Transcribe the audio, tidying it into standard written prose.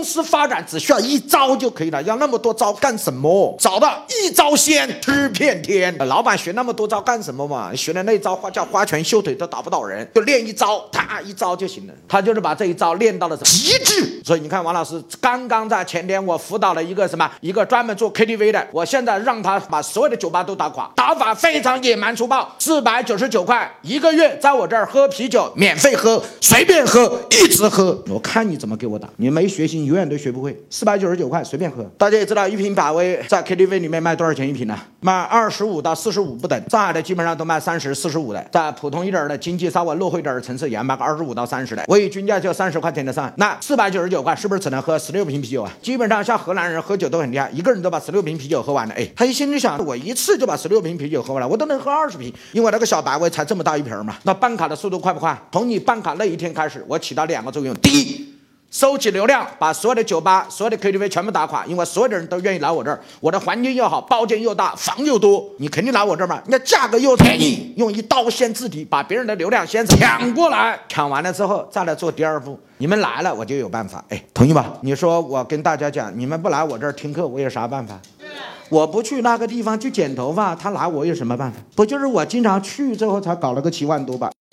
司发展只需要一招就可以了，要那么多招干什么？找到一招鲜，吃遍天。老板学那么多招干什么嘛？学的那招叫花拳绣腿都打不倒人，就练一招，他一招就行了。他就是把这一招练到了极致。所以你看，王老师刚刚在前天我辅导了一个专门做 KTV 的，我现在让他把所有的酒吧都打垮，打法非常野蛮粗暴，499块一个月，在我这儿喝啤酒免费喝，随便喝，一直喝。我看你怎么给我打，你没学习，你永远都学不会。499块随便喝。大家也知道，一瓶百威在 KTV 里面卖多少钱一瓶呢？卖25到45不等，上海的基本上都卖30、45的，在普通一点的经济稍微落后一点的城市也卖个25到30的，我以均价就30块钱的上，那499块是不是只能喝16瓶啤酒啊？基本上像荷兰人喝酒都很厉害，一个人都把16瓶啤酒喝完了。哎，他一心里想，我一次就把16瓶啤酒喝完了，我都能喝20瓶，因为那个小百威才这么大一瓶嘛。那办卡的速度快不快？从你办卡那一天开始，我起到2个作用。第一，收集流量，把所有的酒吧、所有的 KTV 全部打垮，因为所有的人都愿意来我这儿，我的环境又好，包间又大，房又多，你肯定来我这儿嘛。那价格又便宜，用一刀先制敌，把别人的流量先抢过来，抢完了之后再来做第二步。你们来了，我就有办法。哎，同意吧？你说我跟大家讲，你们不来我这儿听课，我有啥办法？我不去那个地方去剪头发，他来我有什么办法？不就是我经常去之后才搞了个7万多吧？